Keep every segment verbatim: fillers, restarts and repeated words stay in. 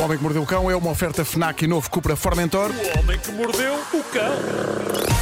Homem que Mordeu o Cão é uma oferta FNAC e novo Cupra Formentor. O Homem que Mordeu o Cão.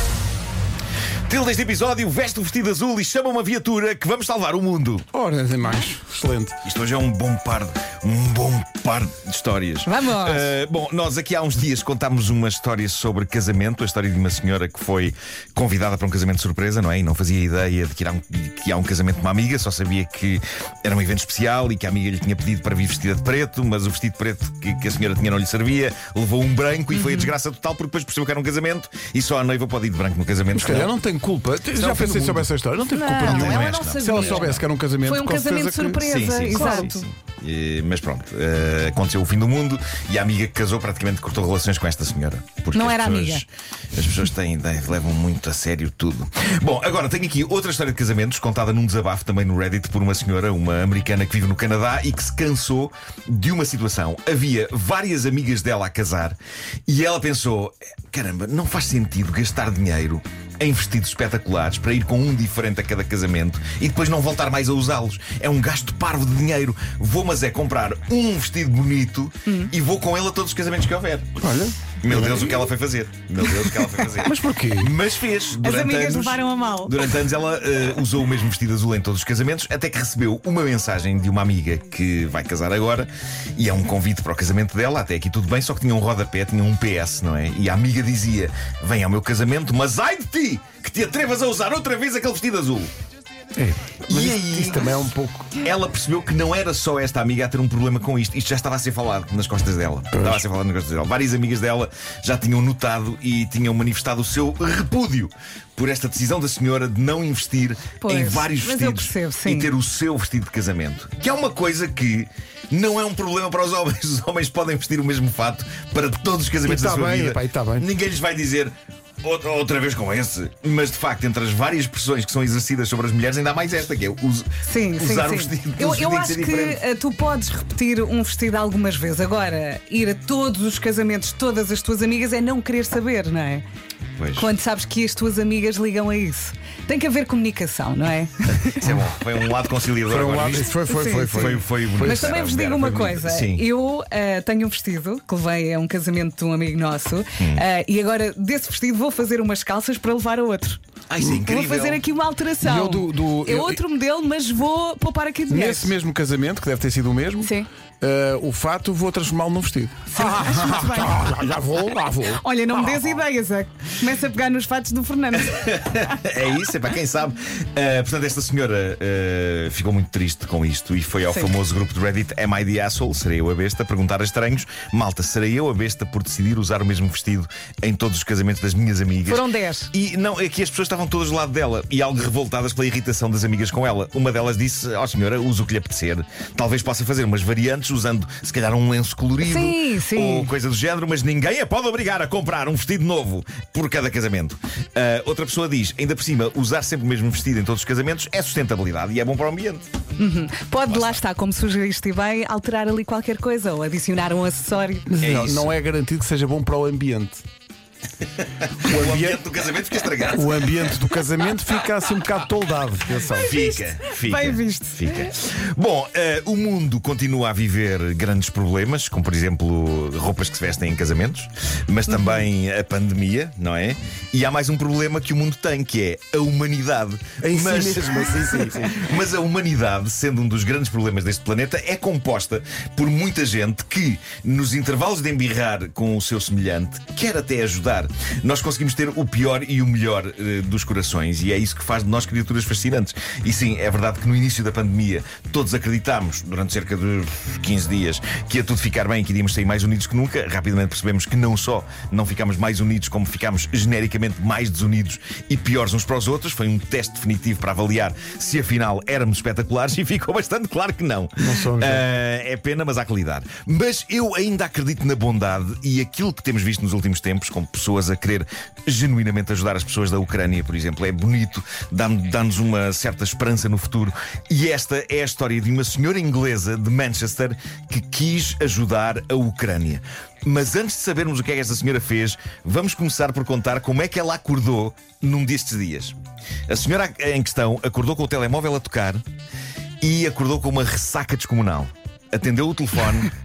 Título deste episódio: veste o vestido azul e chama uma viatura que vamos salvar o mundo. Ora, nem mais. Excelente. Isto hoje é um bom par de, um bom par de histórias. Vamos! Uh, bom, nós aqui há uns dias contámos uma história sobre casamento. A história de uma senhora que foi convidada para um casamento de surpresa, não é? E não fazia ideia de que há um, que há um casamento de uma amiga. Só sabia que era um evento especial e que a amiga lhe tinha pedido para vir vestida de preto. Mas o vestido de preto que, que a senhora tinha não lhe servia. Levou um branco e foi a desgraça total, porque depois percebeu que era um casamento. E só a noiva pode ir de branco no casamento. Se calhar não tem culpa. Já pensei sobre essa história. Não teve culpa Não, nenhuma. ela não sabia. Se ela soubesse que era um casamento, Foi um com casamento de certeza que- surpresa, Sim, sim, exato. sim, sim. Eh, mas pronto, eh, aconteceu o fim do mundo e a amiga que casou praticamente cortou relações com esta senhora. Porque Não as era pessoas, amiga. As pessoas têm, têm- levam muito a sério tudo. Bom, agora tenho aqui outra história de casamentos contada num desabafo também no Reddit por uma senhora, uma americana que vive no Canadá e que se cansou de uma situação. Havia várias amigas dela a casar e ela pensou: caramba, não faz sentido gastar dinheiro em vestidos espetaculares para ir com um diferente a cada casamento e depois não voltar mais a usá-los. É um gasto parvo de dinheiro. Vou, mas é comprar um vestido bonito e vou com ele a todos os casamentos que houver. Olha. Meu Deus, o que ela foi fazer. Meu Deus, o que ela foi fazer. Mas porquê? Mas fez. As Durante amigas anos, levaram a mal. Durante anos ela eh, usou o mesmo vestido azul em todos os casamentos, até que recebeu uma mensagem de uma amiga que vai casar agora e é um convite para o casamento dela. Até aqui tudo bem, só que tinha um rodapé, tinha um P S, não é? E a amiga dizia: vem ao meu casamento, mas ai de ti que te atrevas a usar outra vez aquele vestido azul. É, mas E isso, aí? isso também é um pouco. Ela percebeu que não era só esta amiga a ter um problema com isto. Isto já estava a ser falado nas costas dela. Estava a ser falado nas costas dela. Várias amigas dela já tinham notado e tinham manifestado o seu repúdio por esta decisão da senhora de não investir Pois, em vários mas eu vestidos percebo, sim. e ter o seu vestido de casamento. Que é uma coisa que não é um problema para os homens. Os homens podem vestir o mesmo fato para todos os casamentos E tá da sua bem, vida. epá, e tá bem. Ninguém lhes vai dizer: Outra, outra vez com esse. Mas de facto, entre as várias pressões que são exercidas sobre as mulheres, ainda há mais esta, que é us- Sim, sim, usar sim. o vestido. Eu, os eu vestidos acho ser que diferentes. eh, tu podes repetir um vestido algumas vezes. Agora, ir a todos os casamentos de todas as tuas amigas é não querer saber, não é? Pois. Quando sabes que as tuas amigas ligam a isso. Tem que haver comunicação, não é? Isso é bom. Foi um lado conciliador. Foi um agora, lado. viste? Foi, foi, Sim, foi. sim. foi. Foi, foi bonito. Mas também vos digo Era, uma foi bonito. coisa. Sim. Eu eh, tenho um vestido que levei a um casamento de um amigo nosso Hum. eh, e agora desse vestido vou fazer umas calças para levar a outro. Ah, isso é incrível. Vou fazer aqui uma alteração. E eu do- do- é eu- outro modelo, mas vou poupar aqui dinheiro. Nesse mesmo casamento, que deve ter sido o mesmo, Sim. eh, o fato vou transformá-lo num vestido. Acho muito bem. Já, já vou, lá vou. Olha, não me des ideias, é? Começa a pegar nos fatos do Fernando. É isso, é para quem sabe. Uh, portanto, esta senhora uh, ficou muito triste com isto e foi ao Sim. famoso grupo de Reddit Am I the Asshole? Serei eu a besta? Perguntar a estranhos: malta, serei eu a besta por decidir usar o mesmo vestido em todos os casamentos das minhas amigas? Foram dez. E não, é que as pessoas estavam todas do lado dela e algo revoltadas pela irritação das amigas com ela. Uma delas disse: ó senhora, use o que lhe apetecer. Talvez possa fazer umas variantes usando, se calhar, um lenço colorido Sim, sim. ou coisa do género, mas ninguém a pode obrigar a comprar um vestido novo por cada casamento. Uh, outra pessoa diz: ainda por cima, usar sempre o mesmo vestido em todos os casamentos é sustentabilidade e é bom para o ambiente. Pode, lá está, como sugeriste bem, alterar ali qualquer coisa ou adicionar um acessório. Mas É não, isso. não é garantido que seja bom para o ambiente. O ambiente do casamento fica estragado. O ambiente do casamento fica assim um bocado toldado. Atenção. Fica, fica. Bem visto. Fica. Bom, eh, o mundo continua a viver grandes problemas, como por exemplo roupas que se vestem em casamentos, mas também a pandemia, não é? E há mais um problema que o mundo tem, que é a humanidade. Em si mas, mesmo, sim, sim, sim. mas a humanidade, sendo um dos grandes problemas deste planeta, é composta por muita gente que, nos intervalos de embirrar com o seu semelhante, quer até ajudar. Nós conseguimos ter o pior e o melhor eh, dos corações, e é isso que faz de nós criaturas fascinantes. E sim, é verdade que no início da pandemia todos acreditámos, durante cerca de quinze dias, que ia tudo ficar bem, que iríamos sair mais unidos que nunca. Rapidamente percebemos que não só não ficámos mais unidos, como ficámos genericamente mais desunidos e piores uns para os outros. Foi um teste definitivo para avaliar se afinal éramos espetaculares e ficou bastante claro que não. Não somos, não. Ah, é pena, mas há que lidar. Mas eu ainda acredito na bondade e aquilo que temos visto nos últimos tempos, com pessoas a querer genuinamente ajudar as pessoas da Ucrânia, por exemplo, é bonito, dá-nos dá-nos uma certa esperança no futuro. E esta é a história de uma senhora inglesa de Manchester que quis ajudar a Ucrânia. Mas antes de sabermos o que é que esta senhora fez, vamos começar por contar como é que ela acordou num destes dias. A senhora em questão acordou com o telemóvel a tocar e acordou com uma ressaca descomunal. Atendeu o telefone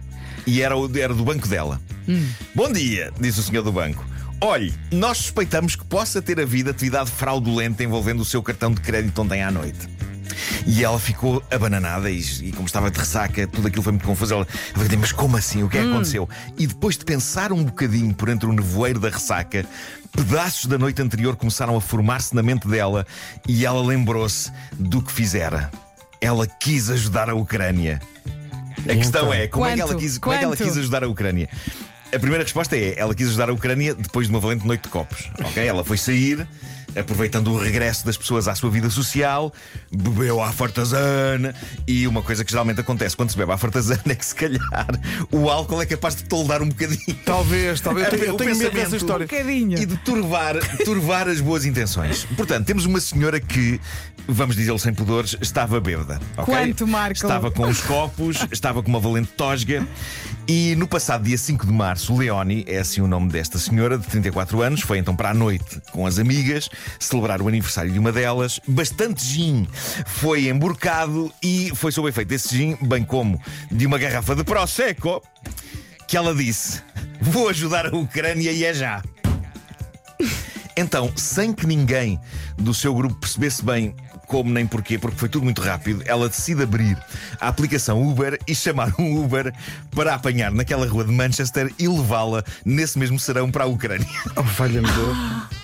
E era, o- era do banco dela. Hum. Bom dia, disse o senhor do banco. Olhe, nós suspeitamos que possa ter havido atividade fraudulenta envolvendo o seu cartão de crédito ontem à noite. E ela ficou abananada e, e como estava de ressaca, tudo aquilo foi muito confuso. Ela, ela disse, mas como assim? O que é que aconteceu? E depois de pensar um bocadinho por entre o nevoeiro da ressaca, pedaços da noite anterior começaram a formar-se na mente dela e ela lembrou-se do que fizera. Ela quis ajudar a Ucrânia. A questão é, como, é que ela Quanto? quis, como é que ela Quanto? quis ajudar a Ucrânia? A primeira resposta é, ela quis ajudar a Ucrânia depois de uma valente noite de copos. Ok? Ela foi sair, aproveitando o regresso das pessoas à sua vida social, bebeu à fartazana. E uma coisa que geralmente acontece quando se bebe à fartazana é que, se calhar, o álcool é capaz de toldar um bocadinho. Talvez, talvez. Eu tenho, eu O tenho medo pensamento- dessa história. Um bocadinho. E de turvar, turvar as boas intenções. Portanto, temos uma senhora que, vamos dizê-lo sem pudores, estava bêbada. Ok? Quanto, Marco? Estava com os copos, estava com uma valente tosga. E no passado dia cinco de março, Leonie, é assim o nome desta senhora, de trinta e quatro anos, foi então para a noite com as amigas celebrar o aniversário de uma delas. Bastante gin foi emborcado e foi sob o efeito desse gin, bem como de uma garrafa de Prosecco, que ela disse: vou ajudar a Ucrânia e é já. Então, sem que ninguém do seu grupo percebesse bem como nem porquê, porque foi tudo muito rápido, ela decide abrir a aplicação Uber e chamar um Uber para a apanhar naquela rua de Manchester e levá-la nesse mesmo serão para a Ucrânia. Oh, falha-me Deus.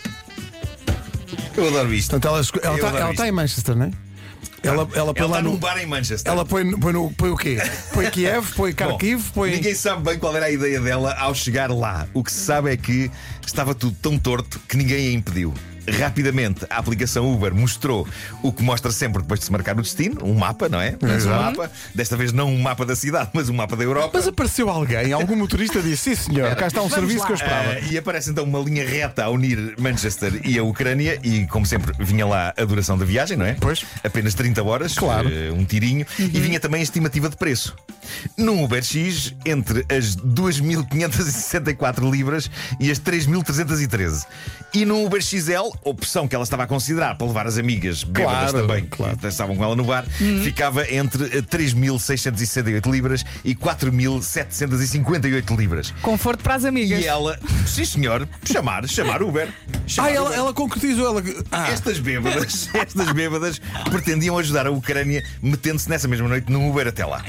Eu adoro isto. Portanto, ela, esco- ela Eu está adoro ela isto. está em Manchester, não é? Ela, ela põe Ela lá está no. num bar em Manchester. Ela põe, põe, no, põe o quê? Põe Kiev, põe Bom, Kharkiv, põe. Ninguém sabe bem qual era a ideia dela ao chegar lá. O que se sabe é que estava tudo tão torto que ninguém a impediu. Rapidamente, a aplicação Uber mostrou o que mostra sempre depois de se marcar o destino: um mapa, não é? Mas um mapa, desta vez não um mapa da cidade, mas um mapa da Europa. Mas apareceu alguém, algum motorista disse: sim, senhor, cá está um Vamos serviço lá. que eu esperava. Ah, e aparece então uma linha reta a unir Manchester e a Ucrânia. E como sempre vinha lá a duração da viagem, não é? Pois. Apenas trinta horas, Claro. eh, um tirinho. E vinha também a estimativa de preço. Num Uber X, entre as duas mil quinhentas e sessenta e quatro libras e as três mil trezentas e treze. E num Uber X L, opção que ela estava a considerar para levar as amigas bêbadas Claro, também, claro. que estavam com ela no bar, ficava entre eh, três mil seiscentas e sessenta e oito libras e quatro mil setecentas e cinquenta e oito libras. Conforto para as amigas. E ela, sim senhor, chamar, chamar Uber. Chamar Ah, ela, Uber. ela concretizou. Ela... Ah, Estas bêbadas, estas bêbadas pretendiam ajudar a Ucrânia metendo-se nessa mesma noite num Uber até lá.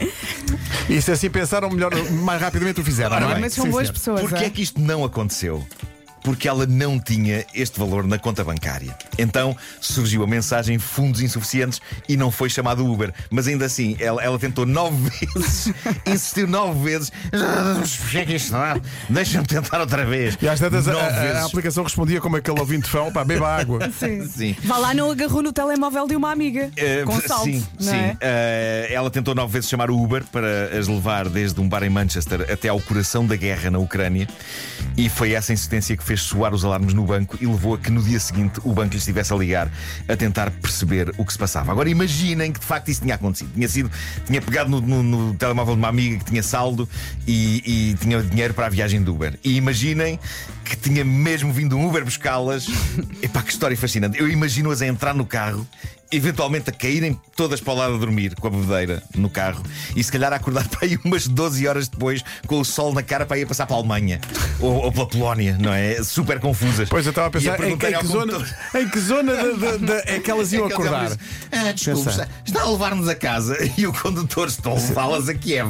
e se assim pensaram, melhor, mais rapidamente o fizeram. Ora não é? bem, Mas são Sim, boas senhor. pessoas. Porquê é? é que isto não aconteceu? Porque ela não tinha este valor na conta bancária. Então surgiu a mensagem fundos insuficientes e não foi chamado Uber. Mas ainda assim, ela, ela tentou nove vezes, insistiu nove vezes. "Ah, é que isto dá? Deixa-me tentar outra vez. E às tantas a, Nove a- a vezes. aplicação respondia como aquele ouvinte fã: pá, beba água. Sim. Sim. Vá lá, não agarrou no telemóvel de uma amiga. Eh, com salto. Sim, não sim. é? Eh, ela tentou nove vezes chamar o Uber para as levar desde um bar em Manchester até ao coração da guerra na Ucrânia. E foi essa insistência que fez soar os alarmes no banco e levou a que no dia seguinte o banco lhe estivesse a ligar a tentar perceber o que se passava. Agora imaginem que de facto isso tinha acontecido. Tinha sido, tinha pegado no, no- no telemóvel de uma amiga que tinha saldo e, e tinha dinheiro para a viagem do Uber. E imaginem que tinha mesmo vindo um Uber buscá-las. Epá, que história fascinante. Eu imagino-as a entrar no carro, eventualmente a caírem todas para o lado a dormir com a bebedeira no carro e se calhar a acordar para aí umas doze horas depois com o sol na cara para ir passar para a Alemanha ou, ou pela Polónia, não é? Super confusas. Pois eu estava a E pensar: em, perguntar em ao que zona, condutor- em que zona de- de- de- é que elas iam É que eles acordar? dizem, "Ah, desculpe, Pensar. está, está a levar-nos a casa e o condutor está a levá-las a Kiev."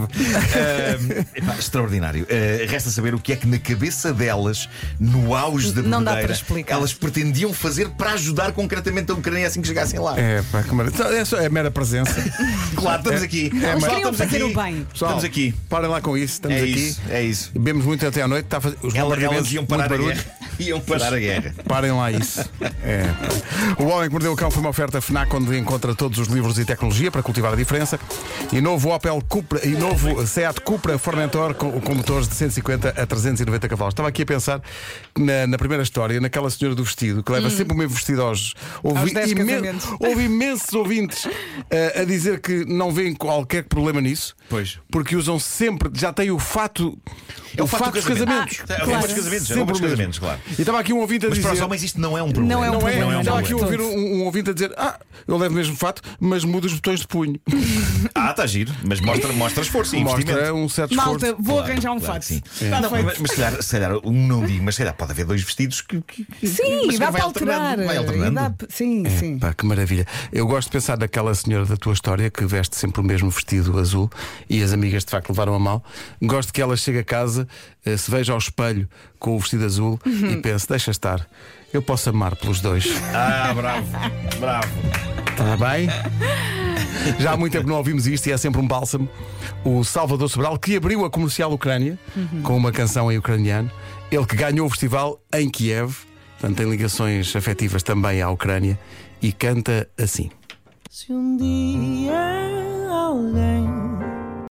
Ah, epá, extraordinário. Ah, resta saber o que é que na cabeça delas, no auge da Não dá bebedeira, para explicar. elas pretendiam fazer para ajudar concretamente a Ucrânia assim que chegassem lá. É, pá, que maravilha. É, só, é mera presença. Claro, estamos aqui. é, Eles mas- queriam estamos fazer aqui. o bem. Pessoal, Estamos aqui. Parem lá com isso, estamos É aqui. isso, é isso. Bebemos muito até à noite, está a fazer os Ela- bombardeamentos, Elas iam muito parar a barulho. guerra. Iam parar a guerra. Parem lá isso. É. O Homem que Mordeu o Cão foi uma oferta FNAC onde encontra todos os livros e tecnologia para cultivar a diferença. E novo Opel Cupra e novo Seat Cupra Formentor com, com motores de cento e cinquenta a trezentos e noventa cavalos. Estava aqui a pensar na, na primeira história, naquela senhora do vestido que leva sempre o mesmo vestido aos. Aos Houve, dez imen- casamentos. houve imensos ouvintes eh, a dizer que não veem qualquer problema nisso. Pois. Porque usam sempre, já têm o fato. É o fato do dos casamento. casamentos. Ah, é o claro. fato dos casamentos, é o Sempre fato dos o mesmo. casamentos, claro. E estava aqui um ouvinte a Mas dizer. para os homens isto não é um problema. Não é um Não é, problema, não é um estava aqui a problema. ouvir um, um ouvinte a dizer: Ah, eu levo mesmo fato, mas mudo os botões de punho. Ah, está giro, mas mostra, mostra esforço e investimento. Mostra um certo esforço. Malta, vou Claro, arranjar um claro fato. que sim. Está Não, feito. mas, mas se calhar, se calhar, um não digo, mas se calhar pode haver dois vestidos que. que- que- Sim, mas dá vai para alternando, alterar. Vai E alternando. dá p- Sim, sim. Pá, que maravilha. Eu gosto de pensar naquela senhora da tua história que veste sempre o mesmo vestido azul e as amigas de facto levaram a mal. Gosto que ela chegue a casa, eh, se veja ao espelho com o vestido azul e pense: deixa estar, eu posso amar pelos dois. Ah, bravo, bravo. Está bem? Já há muito tempo não ouvimos isto e é sempre um bálsamo. O Salvador Sobral, que abriu a comercial Ucrânia com uma canção em ucraniano. Ele que ganhou o festival em Kiev, portanto tem ligações afetivas também à Ucrânia e canta assim. Se um dia alguém